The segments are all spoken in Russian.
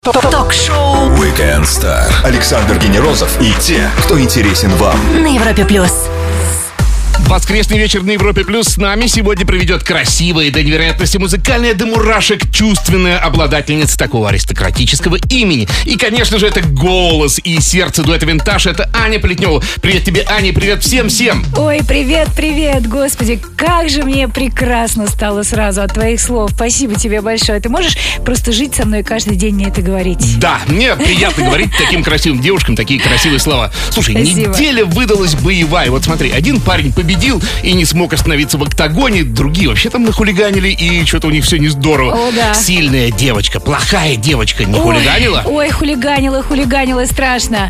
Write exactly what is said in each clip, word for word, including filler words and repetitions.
Ток-шоу Weekend Star. Александр Генерозов и те, кто интересен вам. На Европе плюс. Воскресный вечер на Европе Плюс с нами сегодня проведет красивая и до невероятности музыкальная до мурашек чувственная обладательница такого аристократического имени. И, конечно же, это голос и сердце дуэта «Винтаж». Это Аня Плетнева. Привет тебе, Аня, привет всем-всем. Ой, привет-привет, господи, как же мне прекрасно стало сразу от твоих слов. Спасибо тебе большое. Ты можешь просто жить со мной каждый день мне это говорить? Да, мне приятно говорить таким красивым девушкам такие красивые слова. Слушай, Спасибо. Неделя выдалась боевая. Вот смотри, один парень победил и не смог остановиться в октагоне, другие вообще там нахулиганили, и что-то у них все не здорово. О, да. Сильная девочка, плохая девочка не Ой, хулиганила? Ой, хулиганила, хулиганила, страшно.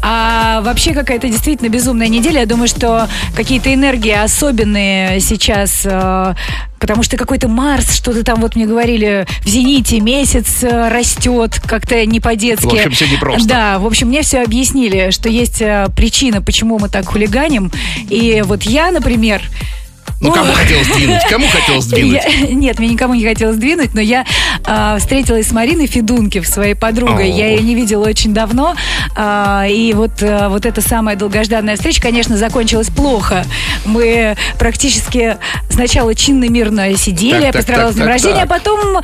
А вообще какая-то действительно безумная неделя. Я думаю, что какие-то энергии особенные сейчас, э, потому что какой-то Марс, что-то там вот мне говорили, в зените месяц э, растет, как-то не по-детски. В общем, все непросто. Да, в общем, мне все объяснили, что есть э, причина, почему мы так хулиганим. И вот я, например... Ну, кому хотелось сдвинуть? Кому хотелось сдвинуть? Я, нет, мне никому не хотелось сдвинуть, но я э, встретилась с Мариной Федункив, своей подругой. О. Я ее не видела очень давно. Э, и вот, э, вот эта самая долгожданная встреча, конечно, закончилась плохо. Мы практически сначала чинно-мирно сидели, Так, я так, поздравила так, с днем так, рождения, так. а потом,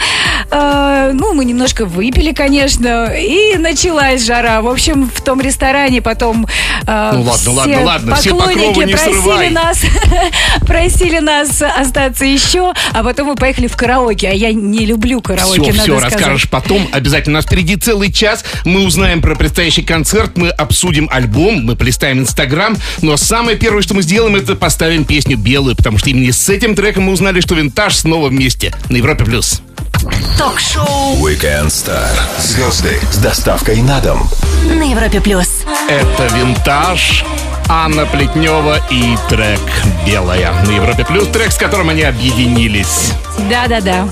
э, ну, мы немножко выпили, конечно, и началась жара. В общем, в том ресторане потом э, Ну, ладно, все ладно, ладно, все покровы поклонники не просили срывай. нас, просили нас остаться еще, а потом мы поехали в караоке, а я не люблю караоке, Все, надо все, сказать. расскажешь потом. Обязательно. У нас впереди целый час. Мы узнаем про предстоящий концерт, мы обсудим альбом, мы полистаем Инстаграм. Но самое первое, что мы сделаем, это поставим песню «Белую», потому что именно с этим треком мы узнали, что «Винтаж» снова вместе на Европе+. плюс. Ток-шоу Weekend Star. Звезды с доставкой на дом. на Европе плюс. Это «Винтаж», Анна Плетнева и трек «Белая» на Европе+. плюс. Трек, с которым они объединились. Да-да-да.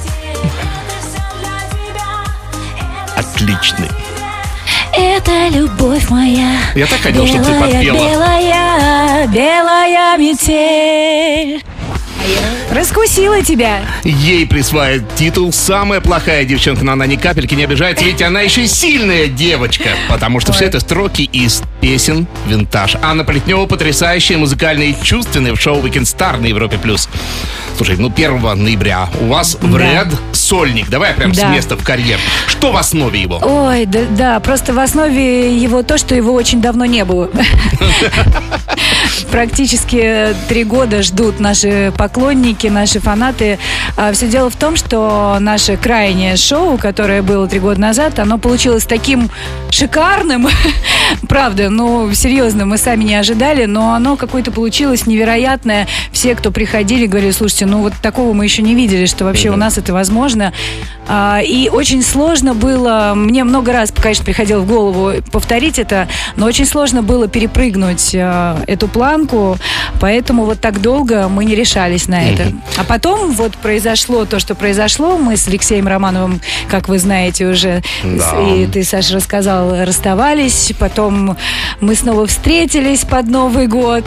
Отличный. Это любовь моя. Я так хотел, чтобы ты белая, подпела. Белая, белая метель. Раскусила тебя. Ей присваивает титул «Самая плохая девчонка», но она ни капельки не обижается, ведь она еще и сильная девочка. Потому что Ой. все это строки из песен «Винтаж». Анна Плетнева потрясающая, музыкальная и чувственная в шоу «Weekend Star» на Европе+. плюс. Слушай, ну первого ноября у вас в Да. ряд сольник. Давай прям с Да. места в карьер. Что в основе его? Ой, да, да, просто в основе его то, что его очень давно не было. Практически три года ждут наши поклонники, наши фанаты. Все дело в том, что наше крайнее шоу, которое было три года назад, оно получилось таким шикарным. Правда, ну, серьезно, мы сами не ожидали, но оно какое-то получилось невероятное. Все, кто приходили, говорили: слушайте, ну вот такого мы еще не видели, что вообще у нас это возможно. А, И очень сложно было, мне много раз, конечно, приходило в голову повторить это, но очень сложно было перепрыгнуть а, эту планку, поэтому вот так долго мы не решались на это. А потом вот произошло то, что произошло. Мы с Алексеем Романовым, как вы знаете уже, Да. с- и ты, Саша, рассказал, расставались. Потом мы снова встретились под Новый год,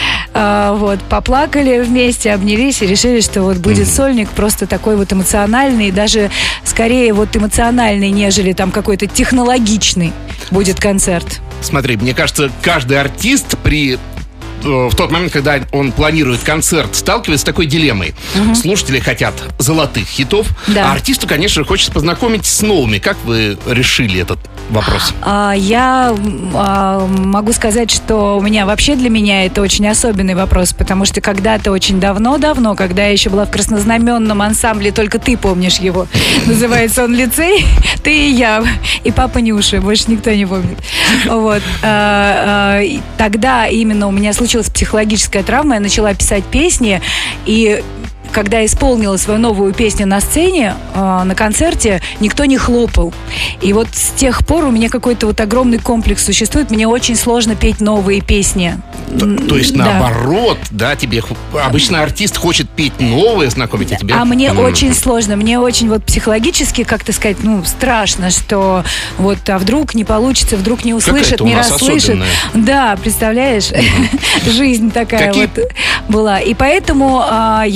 а, вот, поплакали вместе, обнялись и решили, что вот будет сольник просто такой вот эмоциональный, даже скорее вот эмоциональный, нежели там какой-то технологичный будет концерт. Смотри, мне кажется, каждый артист при э, в тот момент, когда он планирует концерт, сталкивается с такой дилеммой. Слушатели хотят золотых хитов, Да. а артисту, конечно, хочется познакомить с новыми. Как вы решили этот вопрос? А, Я м, а, могу сказать, что у меня вообще для меня это очень особенный вопрос, потому что когда-то очень давно-давно, когда я еще была в краснознаменном ансамбле, только ты помнишь его, называется он «Лицей», ты и я, и папа Нюши, больше никто не помнит. Вот. А, а, и Тогда именно у меня случилась психологическая травма, я начала писать песни, и когда исполнила свою новую песню на сцене, э, на концерте, никто не хлопал. И вот с тех пор у меня какой-то вот огромный комплекс существует. Мне очень сложно петь новые песни. То, то есть, Да. наоборот, да, тебе х- обычно артист хочет петь новое, знакомить, а тебе... А мне М. очень сложно, мне очень вот психологически, как-то сказать, ну, страшно, что вот, а вдруг не получится, вдруг не услышат, Какая-то у не нас расслышат. особенная. Да, представляешь, жизнь такая Какие- вот была. И поэтому а, я очень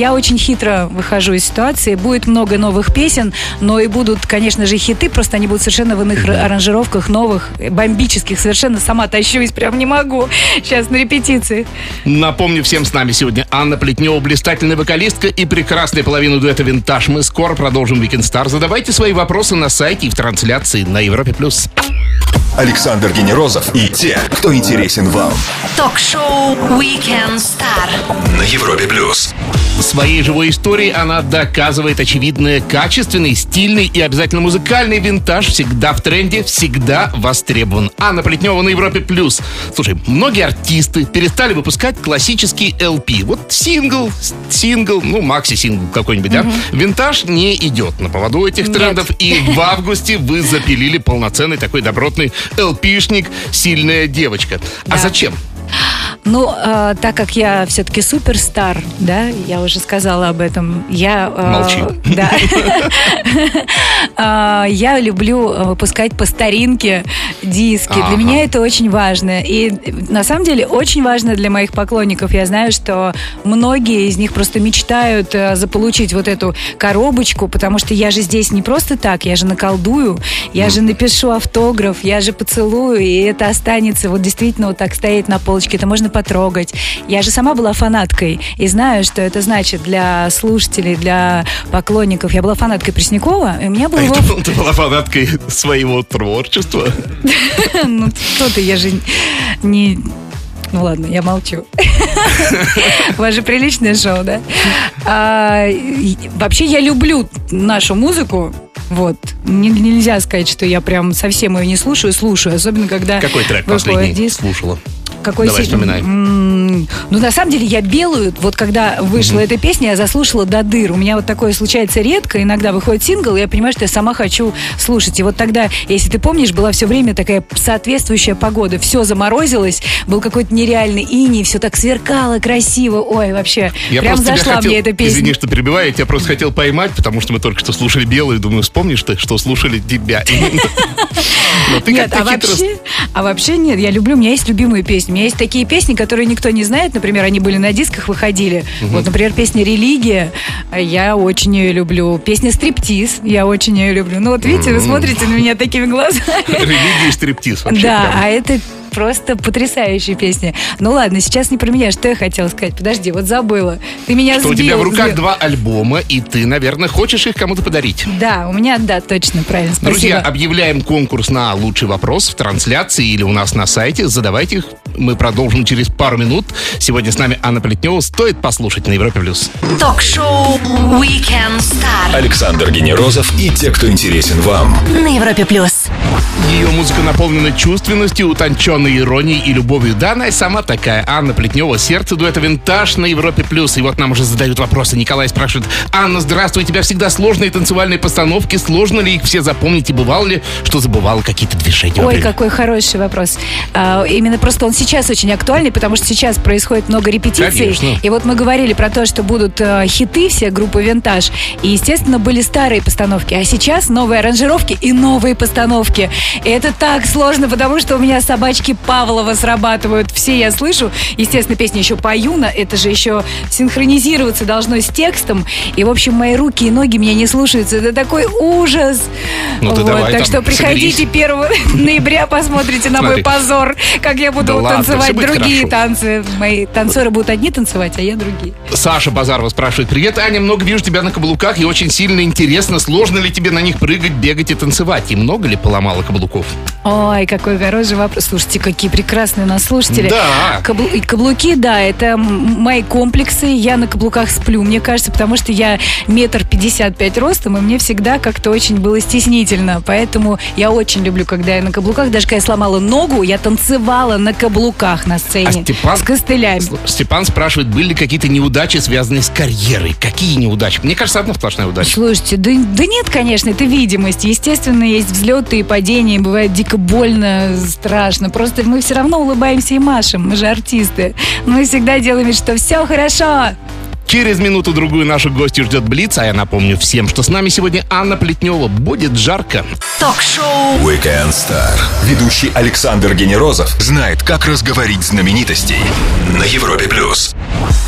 хитро выхожу из ситуации. Будет много новых песен, но и будут, конечно же, хиты, просто они будут совершенно в иных mm-hmm. аранжировках, новых, бомбических. Совершенно сама тащусь, прям не могу. Сейчас на репетиции. Напомню, всем с нами сегодня Анна Плетнева, блистательная вокалистка и прекрасная половина дуэта «Винтаж». Мы скоро продолжим Weekend Star. Задавайте свои вопросы на сайте и в трансляции на Европе+. Александр Генерозов и те, кто интересен вам. Ток-шоу Weekend Star На Европе+. Своей живой историей она доказывает очевидное: качественный, стильный и обязательно музыкальный винтаж всегда в тренде, всегда востребован. Анна Плетнева на Европе+. Слушай, многие артисты перестали выпускать классический эл пи. Вот сингл, сингл, ну, макси-сингл какой-нибудь, да? Mm-hmm. Винтаж не идет на поводу этих Нет. трендов. И в августе вы запилили полноценный такой добротный эл пи-шник «Сильная девочка». Да. А зачем? Ну, э, так как я все-таки суперстар, да, я уже сказала об этом. Я, э, Молчи. Да. Я люблю выпускать по старинке диски. Для меня это очень важно. И на самом деле очень важно для моих поклонников. Я знаю, что многие из них просто мечтают заполучить вот эту коробочку, потому что я же здесь не просто так, я же наколдую, я же напишу автограф, я же поцелую, и это останется вот действительно вот так стоять на полочке. Это можно потрогать. Я же сама была фанаткой и знаю, что это значит для слушателей, для поклонников. Я была фанаткой Преснякова, и у меня был а его... Ты, ты была фанаткой своего творчества? Ну, кто ты, я же не... Ну ладно, я молчу. У вас же приличное шоу, да? А, вообще я люблю нашу музыку. Вот. Нельзя сказать, что я прям совсем ее не слушаю. Слушаю, особенно когда... Какой трек последний слушала? Какой Давай, си... вспоминай. Ну, на самом деле, я белую, вот когда вышла mm-hmm. эта песня, я заслушала до дыр. У меня вот такое случается редко. Иногда выходит сингл, и я понимаю, что я сама хочу слушать. И вот тогда, если ты помнишь, была все время такая соответствующая погода. Все заморозилось, был какой-то нереальный иней, все так сверкало, красиво. Ой, вообще, я прям зашла хотел, мне эта песня. Извини, что перебиваю, я тебя просто хотел поймать, потому что мы только что слушали «Белую», думаю, вспомнишь ты, что слушали тебя. Нет, а вообще, а вообще нет, я люблю, у меня есть любимые песни. У меня есть такие песни, которые никто не знает, например, они были на дисках, выходили. Угу. Вот, например, песня «Религия», я очень ее люблю. Песня «Стриптиз», я очень ее люблю. Ну вот видите, вы смотрите на меня такими глазами. «Религия» и «Стриптиз» вообще. Да, прям. А это... Просто потрясающая песня. Ну ладно, сейчас не про меня. Что я хотела сказать? Подожди, вот забыла. Ты меня что сбил. У тебя в руках сбил. два альбома, и ты, наверное, хочешь их кому-то подарить. Да, у меня, да, точно, правильно, спасибо. Друзья, объявляем конкурс на лучший вопрос в трансляции или у нас на сайте. Задавайте их. Мы продолжим через пару минут. Сегодня с нами Анна Плетнева. Стоит послушать на Европе+. Ток-шоу Weekend Star. Александр Генерозов и те, кто интересен вам. На Европе+. Ее музыка наполнена чувственностью, утонченной иронией и любовью. Да, она и сама такая. Анна Плетнева, сердце дуэта «Винтаж» на Европе+. И вот нам уже задают вопросы. Николай спрашивает: Анна, здравствуй, у тебя всегда сложные танцевальные постановки. Сложно ли их все запомнить? И бывало ли, что забывала какие-то движения? Ой, какой хороший вопрос. А, именно просто он сейчас очень актуальный, потому что сейчас происходит много репетиций. Конечно. И вот мы говорили про то, что будут а, хиты все группы «Винтаж». И, естественно, были старые постановки. А сейчас новые аранжировки и новые постановки. И это так сложно, потому что у меня собачки Павлова срабатывают. Все я слышу. Естественно, песни еще пою, на это же еще синхронизироваться должно с текстом. И, в общем, мои руки и ноги меня не слушаются. Это такой ужас. Ну, ты вот. давай, Так там, что приходите соберись. первого ноября, посмотрите на Смотри. мой позор, как я буду Да ладно, танцевать все будет другие хорошо. танцы. Мои танцоры будут одни танцевать, а я другие. Саша Базарова спрашивает: привет, Аня, много вижу тебя на каблуках и очень сильно интересно, сложно ли тебе на них прыгать, бегать и танцевать? И много ли поломала каблуков? Ой, какой хороший вопрос. Слушайте, какие прекрасные у нас слушатели. Да. Каблу- Каблуки, да, это м- мои комплексы. Я на каблуках сплю, мне кажется, потому что я метр пятьдесят пять ростом, и мне всегда как-то очень было стеснительно. Поэтому я очень люблю, когда я на каблуках. Даже когда я сломала ногу, я танцевала на каблуках на сцене. А Степан, с костылями. Степан спрашивает, были ли какие-то неудачи, связанные с карьерой? Какие неудачи? Мне кажется, одна сплошная удача. Слушайте, да, да нет, конечно, это видимость. Естественно, есть взлеты и падения, бывает дико больно, страшно. Просто мы все равно улыбаемся и машем, мы же артисты. Мы всегда делаем вид, что все хорошо. Через минуту-другую нашу гостью ждет Блиц, а я напомню всем, что с нами сегодня Анна Плетнева. Будет жарко. Ток-шоу Weekend Star. Ведущий Александр Генерозов знает, как разговорить знаменитостей на Европе+.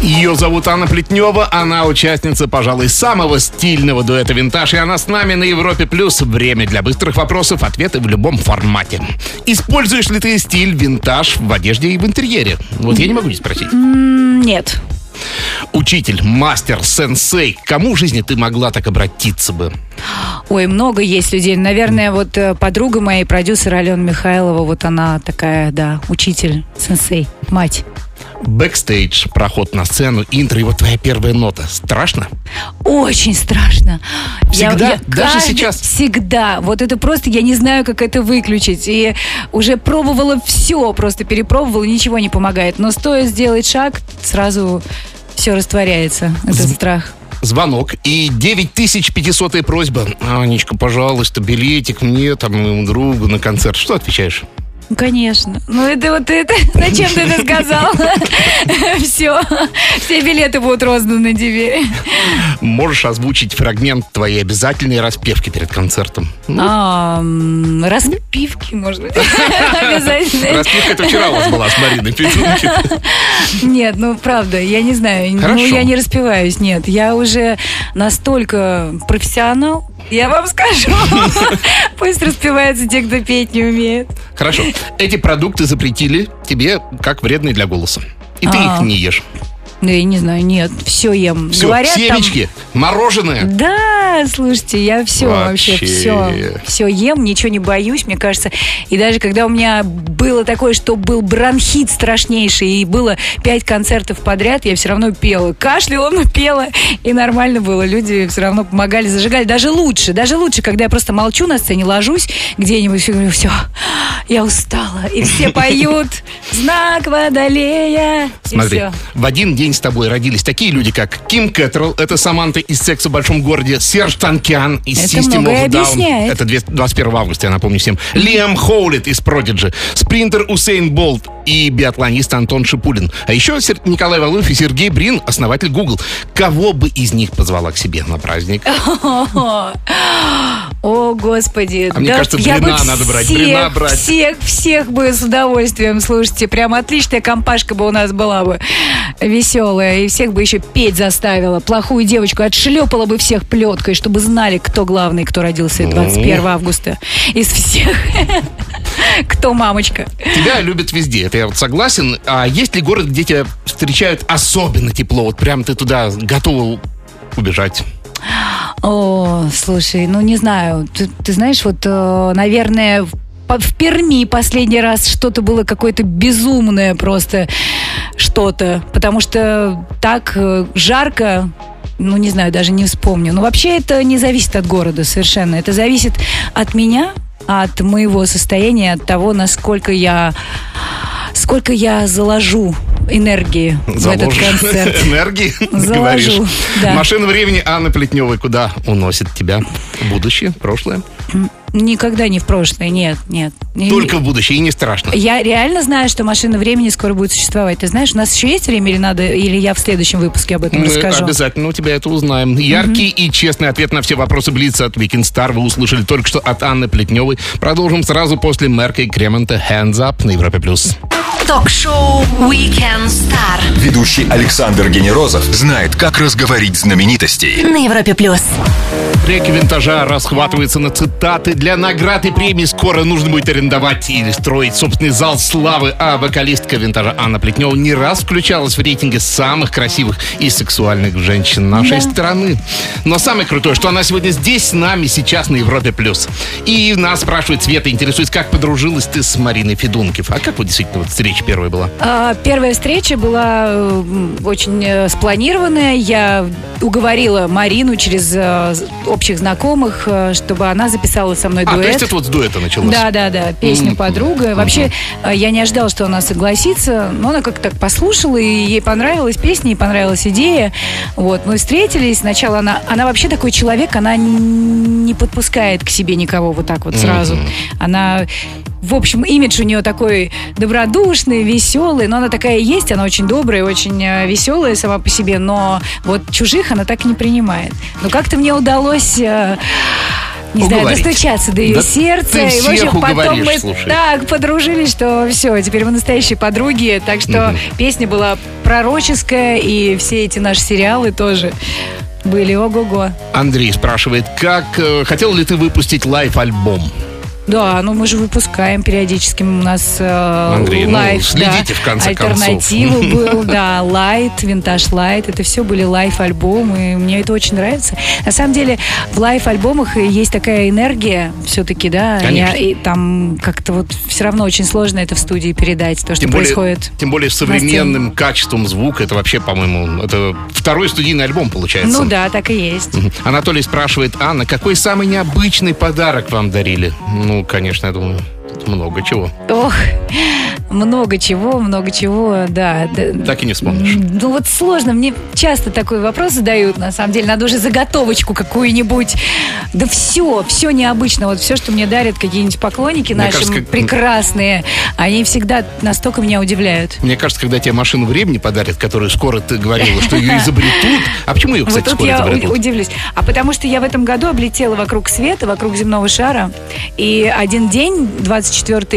Ее зовут Анна Плетнева. Она участница, пожалуй, самого стильного дуэта «Винтаж». И она с нами на Европе+. плюс. Время для быстрых вопросов, ответы в любом формате. Используешь ли ты стиль «Винтаж» в одежде и в интерьере? Вот я не могу не спросить. Нет. Учитель, мастер, сенсей. К кому в жизни ты могла так обратиться бы? Ой, много есть людей. Наверное, вот э, подруга моя, продюсер Алена Михайлова, вот она такая, да, учитель, сенсей, мать. Бэкстейдж, проход на сцену, интро и вот твоя первая нота. Страшно? Очень страшно. Всегда? Я, я Даже каждый- сейчас? Всегда. Вот это просто, я не знаю, как это выключить. И уже пробовала все, просто перепробовала, ничего не помогает. Но стоит сделать шаг, сразу все растворяется, этот Зв- страх. Звонок и девять тысяч пятисотая просьба. Анечка, пожалуйста, билетик мне, там, моему другу на концерт. Что отвечаешь? Ну, конечно. Ну, это вот это... Зачем ты это сказал? Все. Все билеты будут розданы тебе. Можешь озвучить фрагмент твоей обязательной распевки перед концертом? А, м, распивки, может быть. Обязательно. Распевка это вчера у вас была с Мариной Федункив. Нет, ну, правда, я не знаю. Хорошо. Ну, я не распеваюсь, нет. Я уже настолько профессионал, я вам скажу. Пусть распеваются те, кто петь не умеет. Хорошо. Эти продукты запретили тебе как вредные для голоса. И ты А. их не ешь. Да я не знаю, нет, все ем. Все, Говорят, там- семечки, мороженое. Да, слушайте, я все вообще, Вообще. все, все ем, ничего не боюсь, мне кажется. И даже когда у меня было такое, что был бронхит страшнейший, и было пять концертов подряд, я все равно пела. Кашляла, но пела, и нормально было. Люди все равно помогали, зажигали. Даже лучше, даже лучше, когда я просто молчу на сцене, ложусь где-нибудь и говорю, все, я устала. И все поют «Знак Водолея». И Смотри, всё. в один день с тобой родились такие люди, как Ким Кэтрелл, это Саманта из «Секса в большом городе», Серж Танкиан из Это System многое of a Down. объясняет. Это двадцать первого августа, я напомню всем. Лиам Хоулит из Prodigy, спринтер Усейн Болт и биатлонист Антон Шипулин. А еще Сер- Николай Валуев и Сергей Брин, основатель Google. Кого бы из них позвала к себе на праздник? О, Господи. А мне кажется, я Брина бы надо брать, всех, Брина брать. Всех, всех бы с удовольствием, слушайте. Прям отличная компашка бы у нас была бы. Веселая. И всех бы еще петь заставила. Плохую девочку отшлепала бы всех плеткой, чтобы знали, кто главный, кто родился двадцать первого августа. Из всех. Кто мамочка. Тебя любят везде, это я вот согласен. А есть ли город, где тебя встречают особенно тепло? Вот прям ты туда готова убежать? О, слушай, ну не знаю. Ты, ты знаешь, вот, э, наверное, в, по- в Перми последний раз что-то было какое-то безумное просто что-то. Потому что так э, жарко, ну не знаю, даже не вспомню. Но вообще это не зависит от города совершенно. Это зависит от меня, от моего состояния, от того, насколько я, сколько я заложу энергии в этот Заложишь концерт. энергии, Заложу, говоришь. да. Машина времени Анны Плетневой куда уносит тебя? Будущее, прошлое? Никогда не в прошлое, нет, нет. Не- Только в будущее, и не страшно. Я реально знаю, что машина времени скоро будет существовать. Ты знаешь, у нас еще есть время или надо, или я в следующем выпуске об этом Мы расскажу? обязательно у тебя это узнаем. Яркий и честный ответ на все вопросы Блица от Weekend Star вы услышали только что от Анны Плетневой. Продолжим сразу после Мерка и Кремонта «Hands Up» на Европе+. плюс. Ток-шоу Weekend Star Ведущий Александр Генерозов знает, как разговорить знаменитостей. на Европе плюс. Реки винтажа расхватываются на цитаты. Для наград и премий скоро нужно будет арендовать или строить собственный зал славы. А вокалистка винтажа Анна Плетнева не раз включалась в рейтинге самых красивых и сексуальных женщин нашей Да. страны. Но самое крутое, что она сегодня здесь с нами, сейчас на Европе+. плюс. И нас спрашивает Света, интересует, как подружилась ты с Мариной Федункив. А как вот действительно вот встреча первая была? А, Первая встреча была э, очень э, спланированная. Я уговорила Марину через э, общих знакомых, э, чтобы она записала со мной А, дуэт. то есть это вот с дуэта началось? Да, да, да, песня Мгм. «Подруга». Вообще, э, я не ожидала, что она согласится, но она как-то так послушала, и ей понравилась песня, ей понравилась идея. Вот, мы встретились. Сначала она, она вообще такой человек, она н- не подпускает к себе никого вот так вот сразу. Она... В общем, имидж у нее такой добродушный, веселый, но она такая и есть, она очень добрая, очень э, веселая сама по себе, но вот чужих она так и не принимает. Но как-то мне удалось... э, не знаю, Уговорить. достучаться до ее Да сердца. ты И, в общем, всех потом уговоришь, мы слушай. так подружились, что все, теперь мы настоящие подруги. Так что Мгм. песня была пророческая, и все эти наши сериалы тоже были ого-го. Андрей спрашивает, как э, хотел ли ты выпустить лайв-альбом? Да, ну мы же выпускаем периодически. У нас э, Андрей, ну, лайв, следите, да, в конце альтернатива концов. был, да, лайт, винтаж лайт. Это все были лайв-альбомы, и мне это очень нравится. На самом деле в лайв-альбомах есть такая энергия все-таки, да. Конечно. Я- и там как-то вот все равно очень сложно это в студии передать, то, что Тем более, происходит. тем более с современным качеством звука. Это вообще, по-моему, это второй студийный альбом получается. Ну да, так и есть. Мгм. Анатолий спрашивает, Анна, какой самый необычный подарок вам дарили? Ну, конечно, я думаю, тут много чего. Ох, много чего, много чего, да. да. Так и не вспомнишь. Ну вот сложно, мне часто такой вопрос задают, на самом деле, надо уже заготовочку какую-нибудь. Да все, все необычно, вот все, что мне дарят какие-нибудь поклонники Мне наши кажется, как- прекрасные, они всегда настолько меня удивляют. Мне кажется, когда тебе машину времени подарят, которую скоро ты говорила, что ее изобретут. А почему ее, кстати, Вот тут скоро я у- изобретут? удивлюсь. А потому что я в этом году облетела вокруг света, вокруг земного шара. И один день, двадцать четвёртого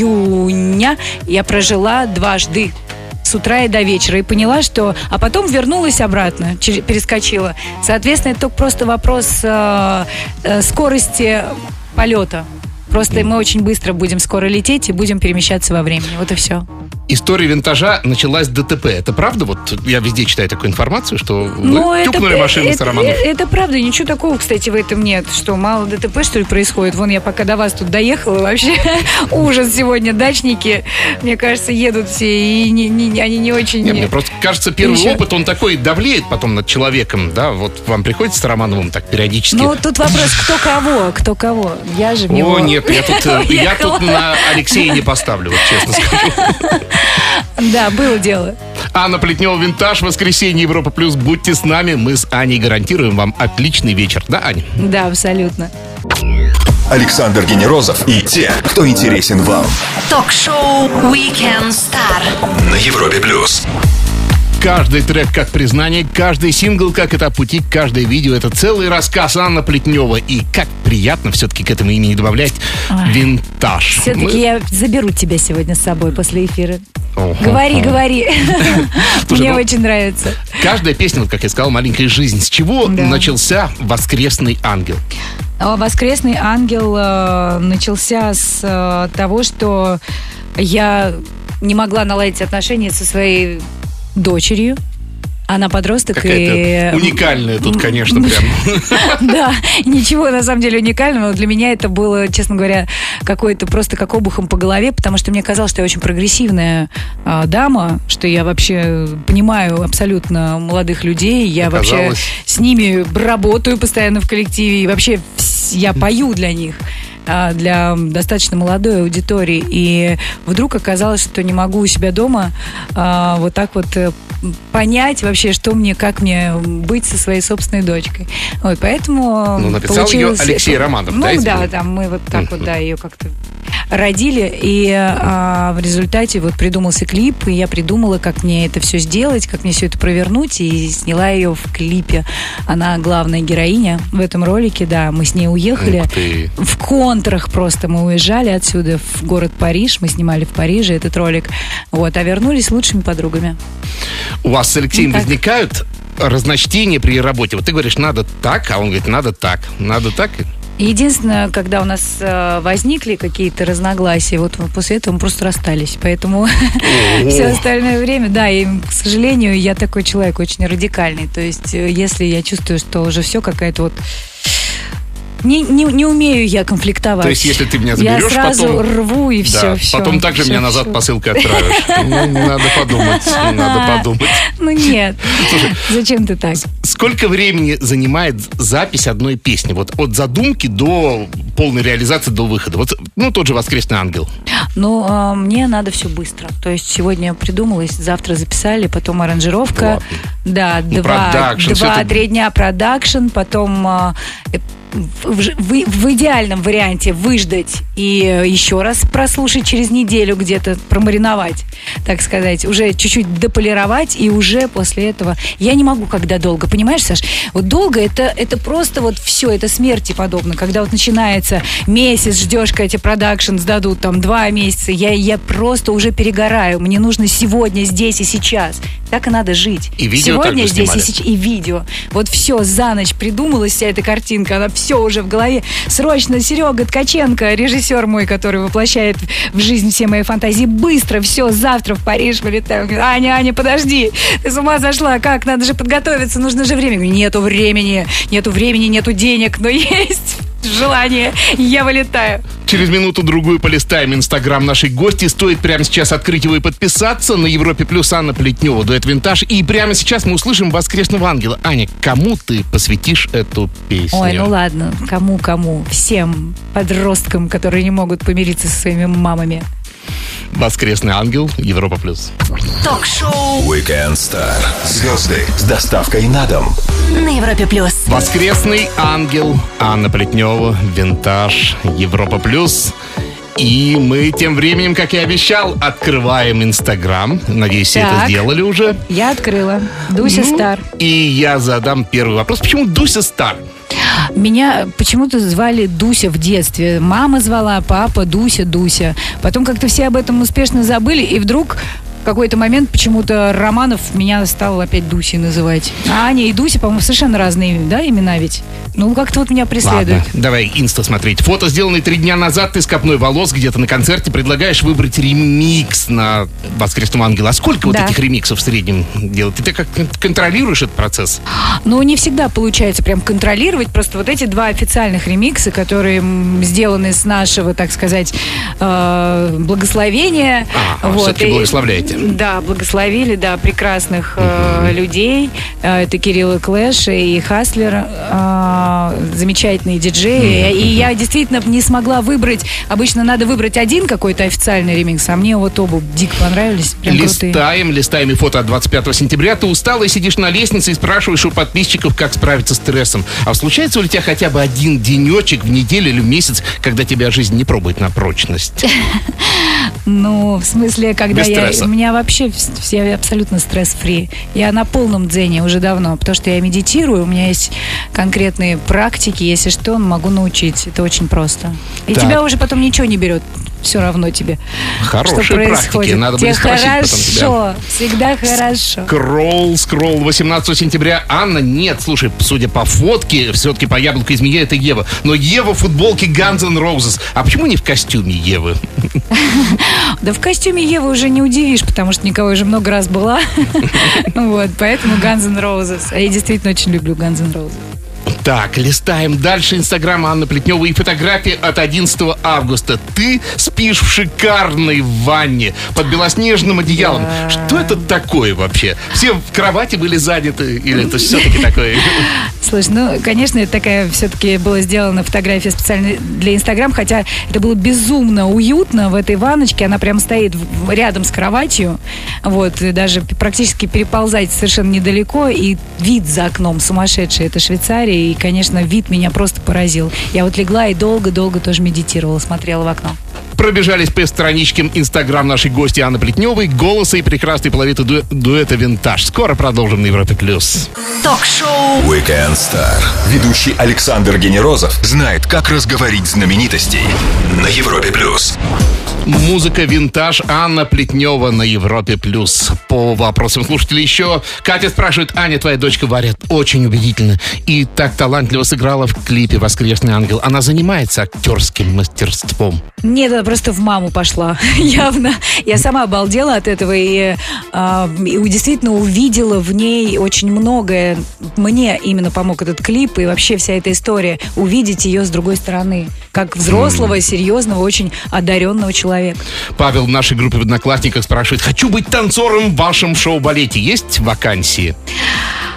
июня, я прожила дважды. С утра и до вечера. И поняла, что... А потом вернулась обратно, чер- перескочила. Соответственно, это только просто вопрос э, э, скорости полета. Просто мы очень быстро будем скоро лететь и будем перемещаться во времени. Вот и все. История винтажа началась с ДТП. Это правда? Вот я везде читаю такую информацию, что вы Ну, тюкнули машину это, с Романов. это, это правда, ничего такого, кстати, в этом нет. Что, мало ДТП, что ли, происходит? Вон я пока до вас тут доехала, вообще ужас сегодня. Дачники, мне кажется, едут все, и не- не- они не очень... Не, мне просто кажется, первый Еще- опыт, он такой давлеет потом над человеком, да? Вот вам приходится с Романовым так периодически. Ну, тут вопрос, кто кого, кто кого. Я же в него... О, нет, я тут, э, я уехала. тут на Алексея не поставлю, вот честно скажу. Да, было дело. Анна Плетнева, «Винтаж», воскресенье, Европа Плюс. Будьте с нами, мы с Аней гарантируем вам отличный вечер. Да, Ань? Да, абсолютно. Александр Генерозов и те, кто интересен вам. Ток-шоу Weekend Star. На Европе Плюс. Каждый трек как признание, каждый сингл как этап пути, каждое видео — это целый рассказ. Анна Плетнева. И как приятно все-таки к этому имени добавлять Ой. «Винтаж». Все-таки Мы- я заберу тебя сегодня с собой после эфира. Ого. Говори, говори. Слушай, Мне ну- очень нравится. Каждая песня, вот как я сказал, «Маленькая жизнь». С чего Да. начался «Воскресный ангел»? А «Воскресный ангел» э, начался с э, того, что я не могла наладить отношения со своей дочерью. Она подросток Какая-то и... уникальная тут, конечно, прям. Да, ничего на самом деле уникального. Для меня это было, честно говоря, какой-то просто как обухом по голове, потому что мне казалось, что я очень прогрессивная а, дама, что я вообще понимаю абсолютно молодых людей, я вообще Оказалось. с ними работаю постоянно в коллективе, и вообще вс- я пою для них, а, для достаточно молодой аудитории. И вдруг оказалось, что не могу у себя дома а, вот так вот э, понять вообще, что мне, как мне быть со своей собственной дочкой. Вот, поэтому Ну, написал получилось- ее Алексей Романов, ну, да, из да, Бога? там мы вот так вот, да, ее как-то родили, и а, в результате вот придумался клип, и я придумала, как мне это все сделать, как мне все это провернуть, и сняла ее в клипе. Она главная героиня в этом ролике, да, мы с ней уехали. Ух ты. В контрах просто мы уезжали отсюда в город Париж, мы снимали в Париже этот ролик, вот, а вернулись лучшими подругами. У вас с Алексеем Ну, так. возникают разночтения при работе? Вот ты говоришь, надо так, а он говорит, надо так, надо так. Единственное, когда у нас э, возникли какие-то разногласия, вот мы после этого мы просто расстались. Поэтому все остальное время, да, и, к сожалению, я такой человек очень радикальный. То есть, э, если я чувствую, что уже все какая-то вот... Не, не, не умею я конфликтовать. То есть, если ты меня Я заберешь, сразу потом... рву и все, Да, все. потом также меня назад посылкой отправишь. Ну, надо подумать, надо подумать. Ну нет. Зачем ты так? Сколько времени занимает запись одной песни? Вот от задумки до полной реализации, до выхода. Вот, ну, тот же «Воскресный ангел». Ну, а, мне надо все быстро. То есть сегодня придумалось, завтра записали, потом аранжировка. Ладно. Да, Ну, два, продакшн, всё это- два-три дня продакшн, потом а, э, в, в, в идеальном варианте выждать и еще раз прослушать через неделю где-то, промариновать, так сказать, уже чуть-чуть дополировать, и уже после этого я не могу, когда долго, понимаешь, Саш? Вот долго это, это просто вот все, это смерти подобно, когда вот начинается месяц, ждешь, когда тебе продакшн сдадут, там, два месяца, я, я просто уже перегораю, мне нужно сегодня, здесь и сейчас. Так и надо жить. И видео сегодня, здесь снимали. и сейчас, и видео. Вот все, за ночь придумалась вся эта картинка, она все уже в голове. Срочно, Серега Ткаченко, режиссер мой, который воплощает в жизнь все мои фантазии, быстро, все, завтра в Париж вылетаю. Аня, Аня, подожди, ты с ума сошла, как, надо же подготовиться, нужно же время. Говорю, нету времени, нету времени, нету денег, но есть желание, я вылетаю. Через минуту-другую полистаем инстаграм нашей гости. Стоит прямо сейчас открыть его и подписаться. На Европе Плюс Анна Плетнева, дуэт «Винтаж». И прямо сейчас мы услышим «Воскресного ангела». Аня, кому ты посвятишь эту песню? Ой, ну ладно, кому-кому, всем подросткам, которые не могут помириться со своими мамами. «Воскресный ангел», Европа Плюс. Ток-шоу Weekend Star. Звезды с доставкой на дом. на Европе плюс. «Воскресный ангел», Анна Плетнева, «Винтаж», Европа Плюс. И мы тем временем, как и обещал, открываем Инстаграм. Надеюсь, все это Так. сделали уже. Я открыла. Дуся Ну, Стар. И я задам первый вопрос. Почему Дуся Стар? Меня почему-то звали Дуся в детстве. Мама звала, папа, Дуся, Дуся. Потом как-то все об этом успешно забыли, и вдруг в какой-то момент почему-то Романов меня стал опять Дусей называть. А Аня и Дуся, по-моему, совершенно разные, да, имена ведь? Ну, как-то вот меня преследует. Ладно, давай инста смотреть. Фото, сделанное три дня назад, ты с копной волос где-то на концерте предлагаешь выбрать ремикс на «Воскресного ангела». А сколько Да. вот этих ремиксов в среднем делать? Ты как контролируешь этот процесс? Но не всегда получается прям контролировать. Просто вот эти два официальных ремикса, которые м, сделаны с нашего, так сказать, э, благословения. А, вот. все-таки И- благословляете. Да, благословили, да, прекрасных э, людей. Э, это Кирилл и Клэш, и Хаслер, э, замечательные диджеи. И я действительно не смогла выбрать. Обычно надо выбрать один какой-то официальный ремикс, а мне вот оба дико понравились. Прям крутые. Листаем, листаем и фото от двадцать пятого сентября. Ты устала и сидишь на лестнице и спрашиваешь у подписчиков, как справиться с стрессом. А случается ли у тебя хотя бы один денечек в неделю или в месяц, когда тебя жизнь не пробует на прочность? Ну, в смысле, когда Без я... стресса. У меня вообще вс- все абсолютно стресс-фри. Я на полном дзене уже давно, потому что я медитирую, у меня есть конкретные практики, если что, могу научить. Это очень просто. И Так. тебя уже потом ничего не берет. Все равно тебе. Хорошие что практики. происходит. Надо Тебе будет спросить потом тебя. хорошо. Всегда хорошо. Скролл, скролл, восемнадцатого сентября. Анна, нет, слушай, судя по фотке, все-таки по яблоку и змее это Ева. Но Ева в футболке Guns N' Roses. А почему не в костюме Евы? Да в костюме Евы уже не удивишь, потому что никого уже много раз была. Вот, поэтому Guns N' Roses. А я действительно очень люблю Guns N' Roses. Так, листаем дальше инстаграм Анны Плетневой и фотографии от одиннадцатого августа. Ты спишь в шикарной ванне под белоснежным одеялом. Да. Что это такое вообще? Все в кровати были заняты? Или это все-таки такое? Слушай, ну, конечно, это такая все-таки была сделана фотография специально для Инстаграм, хотя это было безумно уютно в этой ванночке. Она прям стоит в- рядом с кроватью. Вот, и даже практически переползать совершенно недалеко. И вид за окном сумасшедший. Это Швейцария. И, конечно, вид меня просто поразил. Я вот легла и долго-долго тоже медитировала, смотрела в окно. Пробежались по страничкам инстаграм нашей гости Анны Плетневой, голоса и прекрасной половины ду- дуэта «Винтаж». Скоро продолжим на Европе+. плюс. Ток-шоу Weekend Star. Ведущий Александр Генерозов знает, как разговорить знаменитостей на Европе плюс. Музыка «Винтаж», Анна Плетнева на Европе+. плюс. По вопросам слушателей еще. Катя спрашивает: Аня, твоя дочка Варя очень убедительно и так талантливо сыграла в клипе «Воскресный ангел». Она занимается актерским мастерством. Нет, она просто в маму пошла, явно. Я сама обалдела от этого и, а, и действительно увидела в ней очень многое. Мне именно помог этот клип и вообще вся эта история. Увидеть ее с другой стороны. Как взрослого, серьезного, очень одаренного человека. Павел в нашей группе в Одноклассниках спрашивает: хочу быть танцором в вашем шоу-балете. Есть вакансии?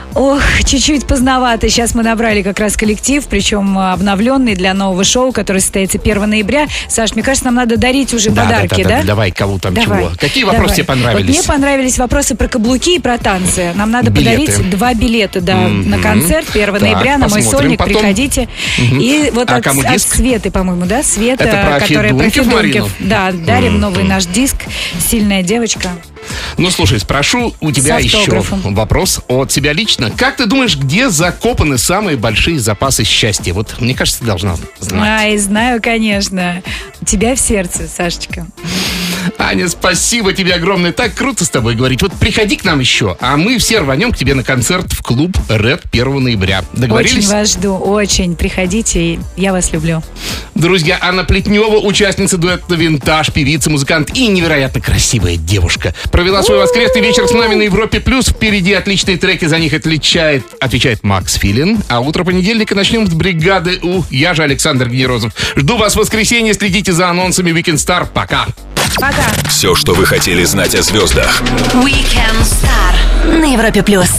Ох, чуть-чуть поздновато. Сейчас мы набрали как раз коллектив, причем обновленный для нового шоу, которое состоится первого ноября. Саш, мне кажется, нам надо дарить уже да, подарки, да, да, да? да? Давай, кого там Давай. чего. Какие вопросы Давай. тебе понравились? Вот мне понравились вопросы про каблуки и про танцы. Нам надо Билеты. подарить два билета, да, Mm-hmm. на концерт первого Так, ноября, на мой посмотрим сольник. потом. Приходите. Mm-hmm. И вот А от, кому от диск? Светы, по-моему, да? Света, Это про которая про Федункив, Марину? Федункив. Да, дарим Mm-hmm. новый наш диск. Сильная девочка. Ну, слушай, спрошу у тебя С еще автографом. вопрос от тебя лично. Как ты думаешь, где закопаны самые большие запасы счастья? Вот, мне кажется, ты должна знать. Ай, знаю, конечно. У тебя в сердце, Сашечка. Аня, спасибо тебе огромное. Так круто с тобой говорить. Вот приходи к нам еще, а мы все рванем к тебе на концерт в клуб Red первого ноября. Договорились? Очень вас жду, очень. Приходите, я вас люблю. Друзья, Анна Плетнева, участница дуэта «Винтаж», певица, музыкант и невероятно красивая девушка. Провела свой воскресный вечер с нами на Европе+. Плюс. Впереди отличные треки, за них отличает, отвечает Макс Филин. А утро понедельника начнем с бригады У. Я же Александр Генерозов. Жду вас в воскресенье, следите за анонсами Weekend Star. Пока. Пока. Все, что вы хотели знать о звездах. Weekend Star на Европе плюс.